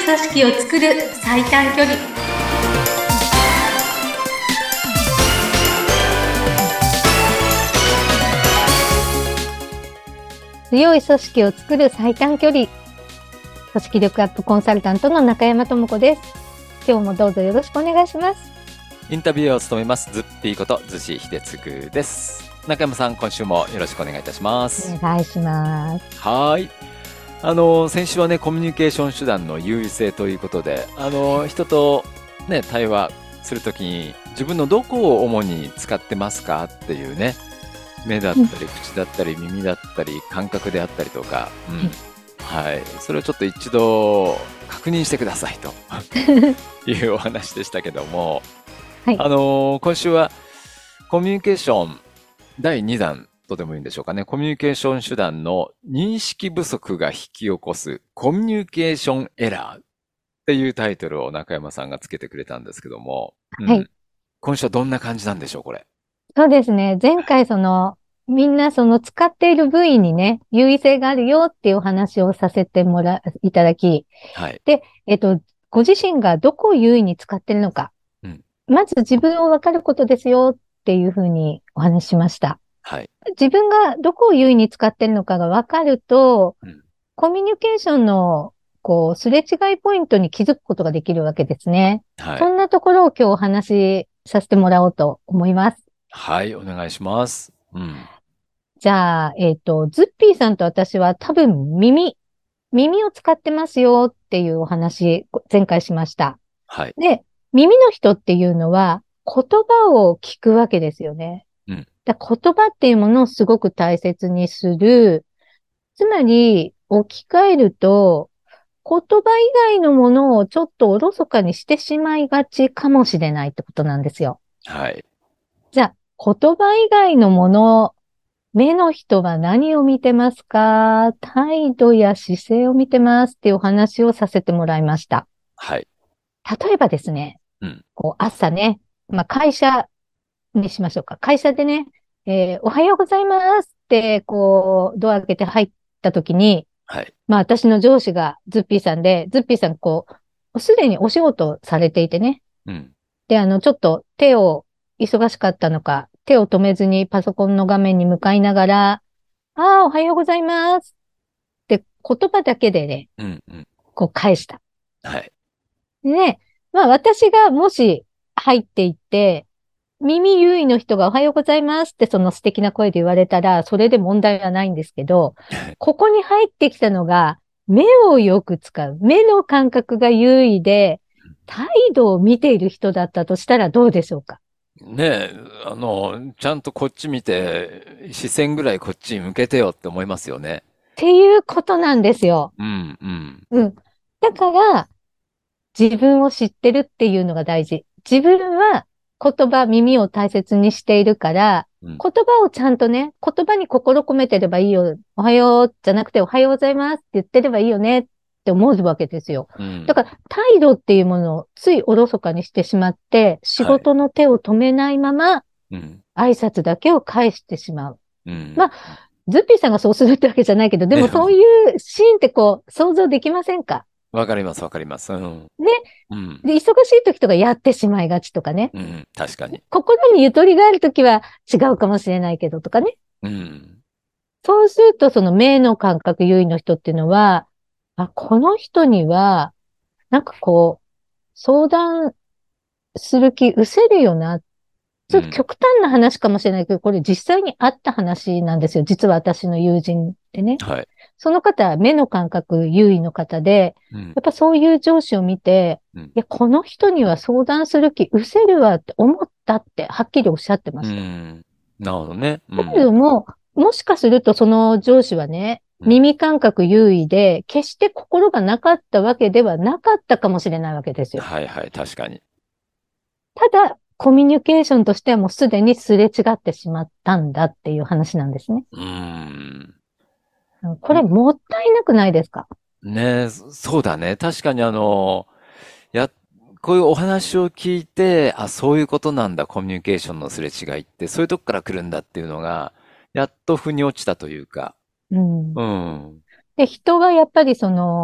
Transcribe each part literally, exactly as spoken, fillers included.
組織を作る最短距離。強い組織を作る最短距離。組織力アップコンサルタントの中山智子です。今日もどうぞよろしくお願いします。 インタビューを務めますズッピーこと逗子秀嗣です。中山さん、今週もよろしくお願いいたします。 お願いします。 はい。あの先週はね、コミュニケーション手段の優位性ということで、あの人とね対話するときに自分のどこを主に使ってますかっていうね、目だったり口だったり耳だったり感覚であったりとか、うん、はい、それをちょっと一度確認してくださいというお話でしたけども、はい、あの今週はコミュニケーションだいにだんとでもいいんでしょうかね。コミュニケーション手段の認識不足が引き起こすコミュニケーションエラーっていうタイトルを中山さんがつけてくれたんですけども、はい、うん、今週はどんな感じなんでしょう、これ。 そうですね。前回その、みんなその使っている部位にね、優位性があるよっていうお話をさせてもら、いただき、はい。で、えっと、ご自身がどこを優位に使っているのか、うん、まず自分を分かることですよっていうふうにお話ししました。はい。自分がどこを優位に使っているのかが分かると、うん、コミュニケーションのこう、すれ違いポイントに気づくことができるわけですね。はい。そんなところを今日お話しさせてもらおうと思います。 はい、お願いします。うん。 じゃあ、えっと、ズッピーさんと私は多分耳、耳を使ってますよっていうお話、前回しました。はい。で、耳の人っていうのは言葉を聞くわけですよね。うん。だ言葉っていうものをすごく大切にする。つまり、置き換えると、言葉以外のものをちょっとおろそかにしてしまいがちかもしれないってことなんですよ。はい。じゃあ、言葉以外のもの、目の人は何を見てますか？態度や姿勢を見てますっていうお話をさせてもらいました。はい。例えばですね、うん、こう朝ね、まあ会社にしましょうか。会社でね、えー、おはようございますって、こう、ドア開けて入った時に、はい。まあ私の上司がズッピーさんで、ズッピーさんこう、すでにお仕事されていてね。うん。で、あの、ちょっと手を忙しかったのか、手を止めずにパソコンの画面に向かいながら、ああ、おはようございますって言葉だけでね、うんうん、こう返した。はい。で、まあ私がもし入っていって、耳優位の人がおはようございますってその素敵な声で言われたら、それで問題はないんですけど、ここに入ってきたのが、目をよく使う。目の感覚が優位で、態度を見ている人だったとしたらどうでしょうか？ ねえ、あの、ちゃんとこっち見て、視線ぐらいこっちに向けてよって思いますよね。 っていうことなんですよ。うん、うん。うん。だから、自分を知ってるっていうのが大事。自分は言葉、耳を大切にしているから、うん、言葉をちゃんとね、言葉に心込めてればいいよ。おはようじゃなくておはようございますって言ってればいいよねって思うわけですよ。うん、だから態度っていうものをついおろそかにしてしまって、仕事の手を止めないまま、挨拶だけを返してしまう。うん、まあ、ズッピーさんがそうするってわけじゃないけど、でもそういうシーンってこう、想像できませんか？ わかります、わかります。うん。 ね。うん。で、忙しい時とかやってしまいがちとかね。 うん、確かに。 心にゆとりがある時は違うかもしれないけどとかね。うん。そうすると、その目の感覚優位の人っていうのは、あ、この人には、なんかこう、相談する気失せるよな。ちょっと極端な話かもしれないけど、これ実際にあった話なんですよ。実は私の友人ってね。はい。その方は目の感覚優位の方で、うん、やっぱそういう上司を見て、うん、いや、この人には相談する気失せるわって思ったってはっきりおっしゃってました。うん、 なるほどね。 うん、だけども、もしかするとその上司はね、耳感覚優位で、決して心がなかったわけではなかったかもしれないわけですよ。 はいはい、確かに。 ただ、コミュニケーションとしてはもうすでにすれ違ってしまったんだっていう話なんですね。うーん。これもったいなくないですか？ ねえ、そうだね。確かにあの、や、こういうお話を聞いて、あ、そういうことなんだ、コミュニケーションのすれ違いって、そういうとこから来るんだっていうのが、やっと腑に落ちたというか。 うん。うん。で、人がやっぱりその、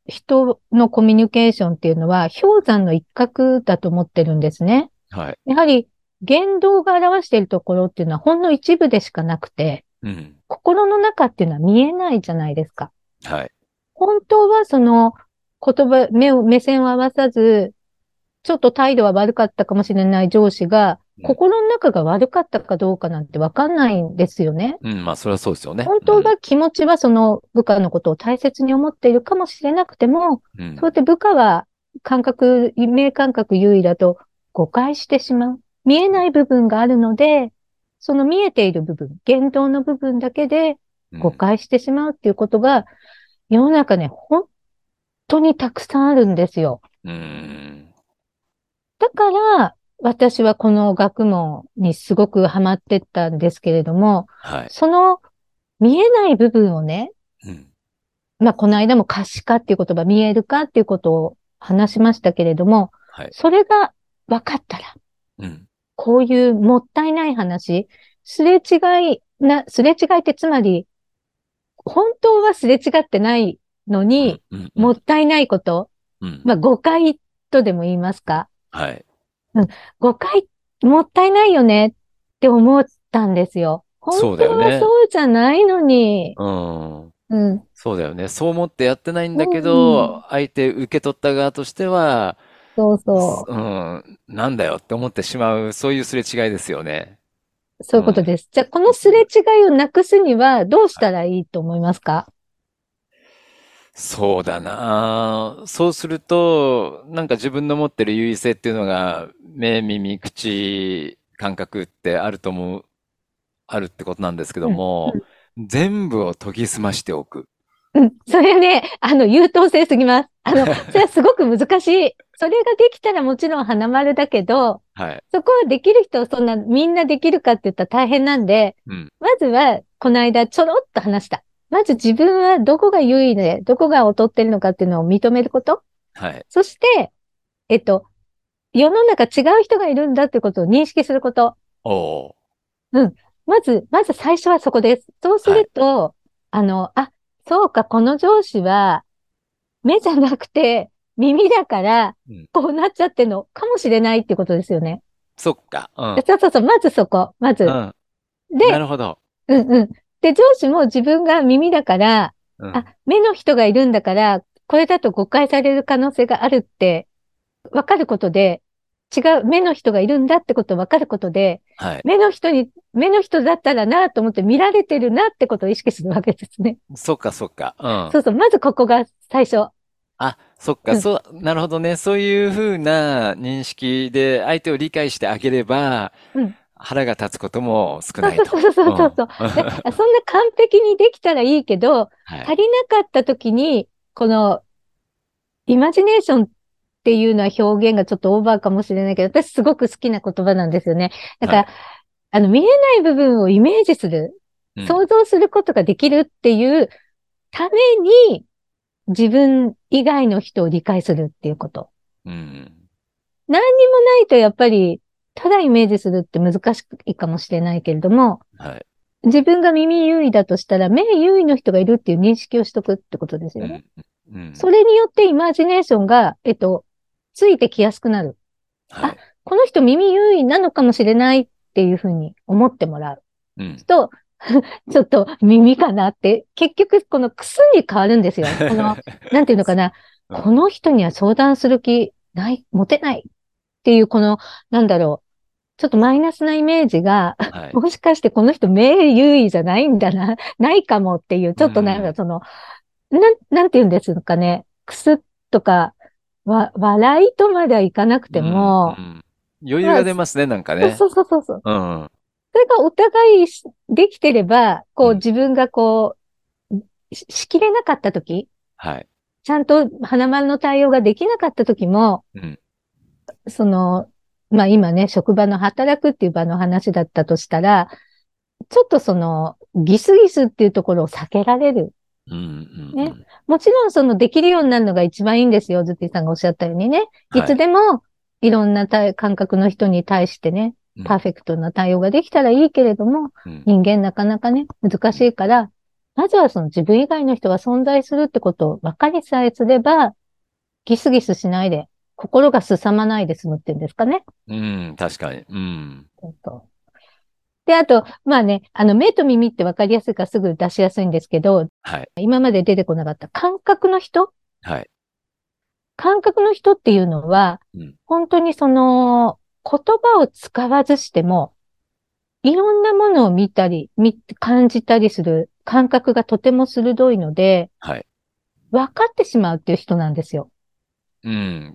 人のコミュニケーションっていうのは氷山の一角だと思ってるんですね。 はい。 やはり言動が表しているところっていうのはほんの一部でしかなくて、 うん。 心の中っていうのは見えないじゃないですか。 はい。 本当はその言葉、目を、目線を合わさず、ちょっと態度は悪かったかもしれない上司が、 うん。 心の中が悪かったかどうかなんてわかんないんですよね。 うん。まあ、それはそうですよね。 本当は気持ちはその部下のことを大切に思っているかもしれなくても、 うん。 そうやって部下は感覚、明感覚優位だと誤解してしまう。見えない部分があるので、その見えている部分、言動の部分だけで誤解してしまうっていうことが、世の中ね、本当にたくさんあるんですよ。 うん。 だから、私はこの学問にすごくハマってったんですけれども、 はい。 その見えない部分をね、 うん。 まあ、この間も可視化っていう言葉、見えるかっていうことを話しましたけれども、 はい。 それが分かったら、 うん。 こういうもったいない話、すれ違いな、すれ違いってつまり、本当はすれ違ってないのうん。 に、 うん。うん。 もったいないこと、 うん。 まあ、誤解とでも言いますか。 はい。 うん、誤解、もったいないよねって思ったんですよ。本そうだ当よね。 はそうじゃないのに。 うん。 うん。 そうだよね。そう思ってやってないんうだけん。 ど、相手受け取った側としては、 そうそすうん、なんだよって思ってしまう、そういうすれ違いですよね。 う。そういうこうん。 とです。じゃあ、このすれ違いをなくすにはどうしたらいいと思いますか？ そうだな。そうすると、なんか自分の持ってる優位性っていうのが、目、耳、口、感覚ってあると思う、あるってことなんですけどうん。 も、全部を研ぎ澄ましておく。 うん。それね、あの、優等生すぎます。あの、それはすごく難しい。それができたらもちろん花丸だけど、 はい。 そこはできる人、そんな、みんなできるかって言ったら大変なんで、 うん。 まずは、この間ちょろっと話した。まず自分はどこが優位で、どこが劣ってるのかっていうのを認めること。 はい。 そして、えっと、世の中違う人がいるんだってことを認識すること。 おー。 うん。まず、まず最初はそこです。そうすはい。 ると、あの、あ、そうか、この上司は目じゃなくて耳だから、 うん。 こうなっちゃってるのかもしれないってことですよね。 そっか。うん。 そうそうそう、まずそこ、まず。 うん。なで、 るほど。 うんうん。で、上司も自分が耳だから、あ、 うん。 目の人がいるんだから、これだと誤解される可能性があるって分かることで、違う、目の人がいるんだってことを分かることで、 はい。 目の人に、目の人だったらなと思って見られてるなってことを意識するわけですね。 そっかそっか。うん。 そうそう、まずここが最初。 あ、そっか、 うん、 そう、なるほどね。そういうふうな認識で相手を理解してあげれば、 うん。 腹が立つことも少そうないと。 そうそううん。 そうそう。で、そんな完璧にできたらいいけど、 はい。 足りなかった時に、このイマジネーションっていうのは表現がちょっとオーバーかもしれないけど、私すごく好きな言葉なんですよね。だから、 はい。 あの、見えない部分をイメージする、 うん。 想像することができるっていうために、自分以外の人を理解するっていうこと。 うん。 何にもないとやっぱり、ただイメージするって難しいかもしれないけれども、 はい。 自分が耳優位だとしたら、目優位の人がいるっていう認識をしとくってことですよね。 うん。うん。 それによってイマジネーションが、えっと、ついてきやすくなる。あ、 はい。 この人耳優位なのかもしれないっていうふうに思ってもらう。 うん。 と、ちょっと耳かなって、結局この癖に変わるんですよ。この、なんていうのかな。 うん。 この人には相談する気ない、持てないっていう、この、なんだろう。ちょっとマイナスなイメージが、 はい。 もしかしてこの人名優位じゃないんだな、ないかもっていう、 うちょっとなんかん。 その、なん、なんて言うんですかね。くすとか、わ、笑いとまではいかなくてうん。うも、 ん。余裕まあ、 が出ますね、なんかね。 そうそうそうそうそう。 うん。 それがお互いしできてれば、こううん。 自分がこう、し、しきれなかった時、 はい。 ちゃんと花丸の対応ができなかった時も、 うん。 その、まあ今ね、職場の働くっていう場の話だったとしたら、ちょっとその、ギスギスっていうところを避けられる。 うん。うん。うね。 ん。 もちろんそのできるようになるのが一番いいんですよ。ズッピーさんがおっしゃったようにね。いはい。 つでもいろんな対感覚の人に対してね、パーうん。 フェクトな対応ができたらいいけれども、 うん。 人間なかなかね、難しいから、 まずはその自分以外の人が存在するってことを分かりさえすれば、ギスギスしないで、心がすさまないで済むっていうんですかね。 うん、確かに。うん。 で、あと、まあね、あの、目と耳って分かりやすいからすぐ出しやすいんですけど、 はい。 今まで出てこなかった感覚の人はい。 感覚の人っていうのは、 うん。 本当にその、言葉を使わずしても、いろんなものを見たり、見、感じたりする感覚がとても鋭いので、 はい。 分かってしまうっていう人なんですよ。 うん。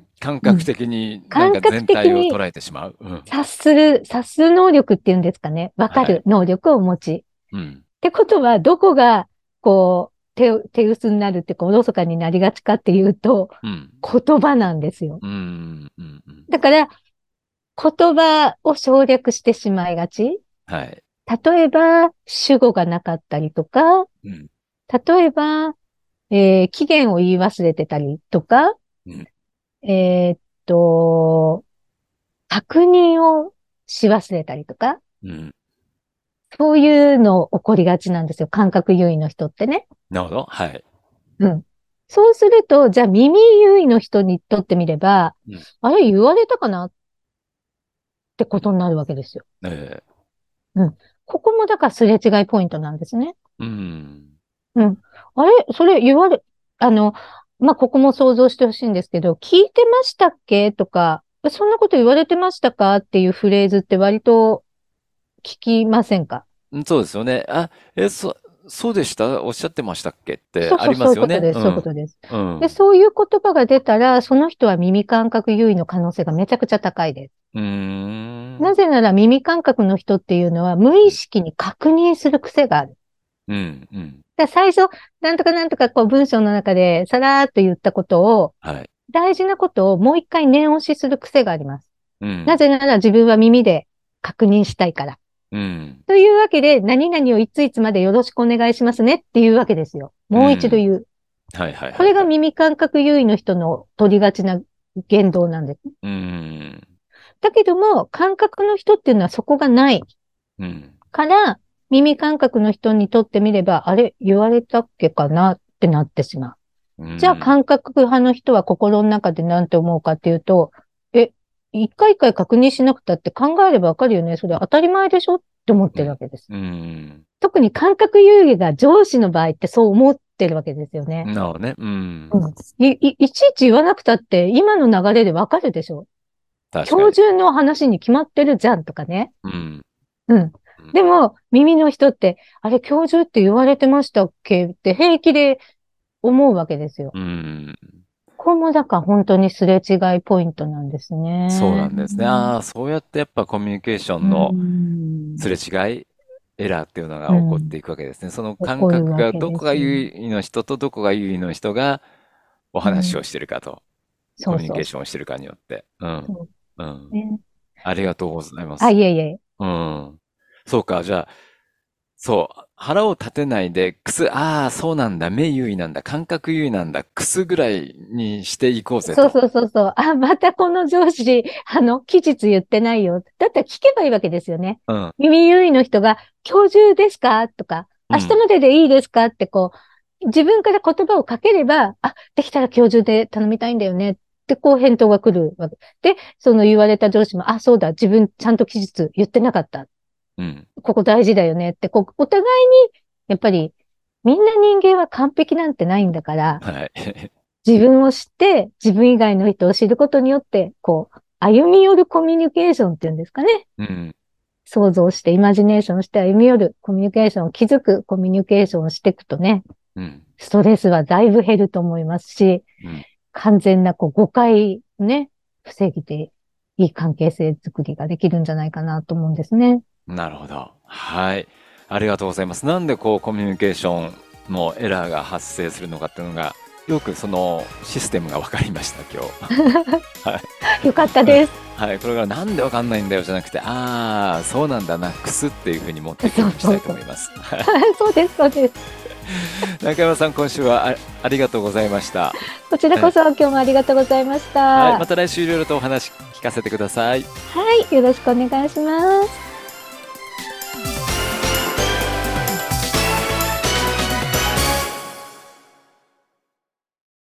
感うん。 覚的になんか感覚全体を的に捉えてしまう。うん。 察する、察する能力っていうんですかね。分かはい。 る能力をお持ち。 うん。 ってことは、どこが、こう、手、手薄になるっていうか、おろそかになりがちかっていうと、 うん。 言葉なんですよ。 うん。うん。うん。 だから、言葉を省略してしまいがち。 はい。 例えば、主語がなかったりとか、 うん。 例えば、えー期限を言い忘れてたりとか、 うん。 えーっと、確認をし忘れたりとか、 うん。 そういうの起こりがちなんですよ。感覚優位の人ってね。 なるほど。はい。 うん。そうすると、じゃあ耳優位の人にとってみれば、 うん。 あれ言われたかなってことになるわけですよ。 ええ。 うん。ここもだからすれ違いポイントなんですね。 うん。 うん。あれそれ言われ、あの、まあ、ここも想像してほしいんですけど、聞いてましたっけとか、そんなこと言われてましたかっていうフレーズって割と聞きませんか？ うんそうですよね。あ、え、そ、そうでしたおっしゃってましたっけってあそうそう、 りますよね。 そういうことです。そういうこうん。 とです。で、 うん。 そういう言葉が出たら、その人は耳感覚優位の可能性がめちゃくちゃ高いです。 うーん。 なぜなら耳感覚の人っていうのは無意識に確認する癖がある。 うん。うん。 だから最初、なんとかなんとかこう文章の中でさらーっと言ったことを、 はい。 大事なことをもう一回念押しする癖があります。 うん。 なぜなら自分は耳で確認したいから。 うん。 というわけで、何々をいついつまでよろしくお願いしますねっていうわけですよ。もう一度うん。 言う。 はいはいこれがはいはい。 耳感覚優位の人の取りがちな言動なんです。 うん。 だけども、感覚の人っていうのはそこがないうん。 から、耳感覚の人にとってみれば、あれ、言われたっけかなってなってしまう。 うじゃあん。 感覚派の人は心の中で何て思うかっていうと、え、一回一回確認しなくたって考えればわかるよね。それ当たり前でしょって思ってるわけです。 うん。 特に感覚優位が上司の場合ってそう思ってるわけですよね。 なるほどね。うん。 うん。い、い、いちいち言わなくたって今の流れでわかるでしょ。 確かに。 標準の話に決まってるじゃんとかね。 うん。 うん。 うん。 でも、耳の人って、あれ、教授って言われてましたっけって平気で思うわけですよ。 うん。 これもだから本当にすれ違いポイントなんですそうなね。 んですね。ああ、そうやってやっぱコミュニケーショうンのすん。 れ違い、エラーっていうのがうん。 起こっていくわけですね。その起感こるわ覚がどこがけですよ。 優位の人とどこが優位の人がおうん。 話をしてるかと、コミュニそうそうそケーションをしてるかによって。うん。 う。そううん。 ね。 ありがとうございまあ、 す。 いえいえ。 うん。そうか。じゃあ、そう。腹を立てないで、くす、ああ、そうなんだ。目優位なんだ。感覚優位なんだ。くすぐらいにしていこうぜと。 そうそうそうそう。あ、またこの上司、あの、期日言ってないよ。だったら聞けばいいわけですよね。 うん。 耳優位の人が、今日中ですかとか、明日うん。 まででいいですかってこう、自分から言葉をかければ、あ、できたら今日中で頼みたいんだよねってこう返答が来るわけ。で、その言われた上司も、あ、そうだ、自分ちゃんと期日言ってなかった。 うん。 ここ大事だよねって、こう、お互いに、やっぱり、みんな人間は完璧なんてないんだから、 はい。 自分を知って、自分以外の人を知ることによって、こう、歩み寄るコミュニケーションっていうんですかね。 うん。 想像して、イマジネーションして歩み寄るコミュニケーションを築くコミュニケーションをしていくとね、 うん。 ストレスはだいぶ減ると思いますし、 うん。 完全なこう誤解ね、防ぎていい関係性づくりができるんじゃないかなと思うんですね。 なるほど。はい。ありがとうございます。なんでこうコミュニケーションのエラーが発生するのかっていうのが、よくそのシステムが分かりました、今日。はい。 よかったうん。 です。 はい。これがなんで分かんないんだよじゃなくて、ああ、そうなんだな、くすっていうふうに持っていくそようにしたいとうそうそう。 思います。はい。 そうです、そうです。 中山さん、今週はあ、ありがとうございました。 こちらこえそ今日もありがとうございましはい。 た。はまた来週いろいろとお話聞かせてください。 い、よろしくお願いします。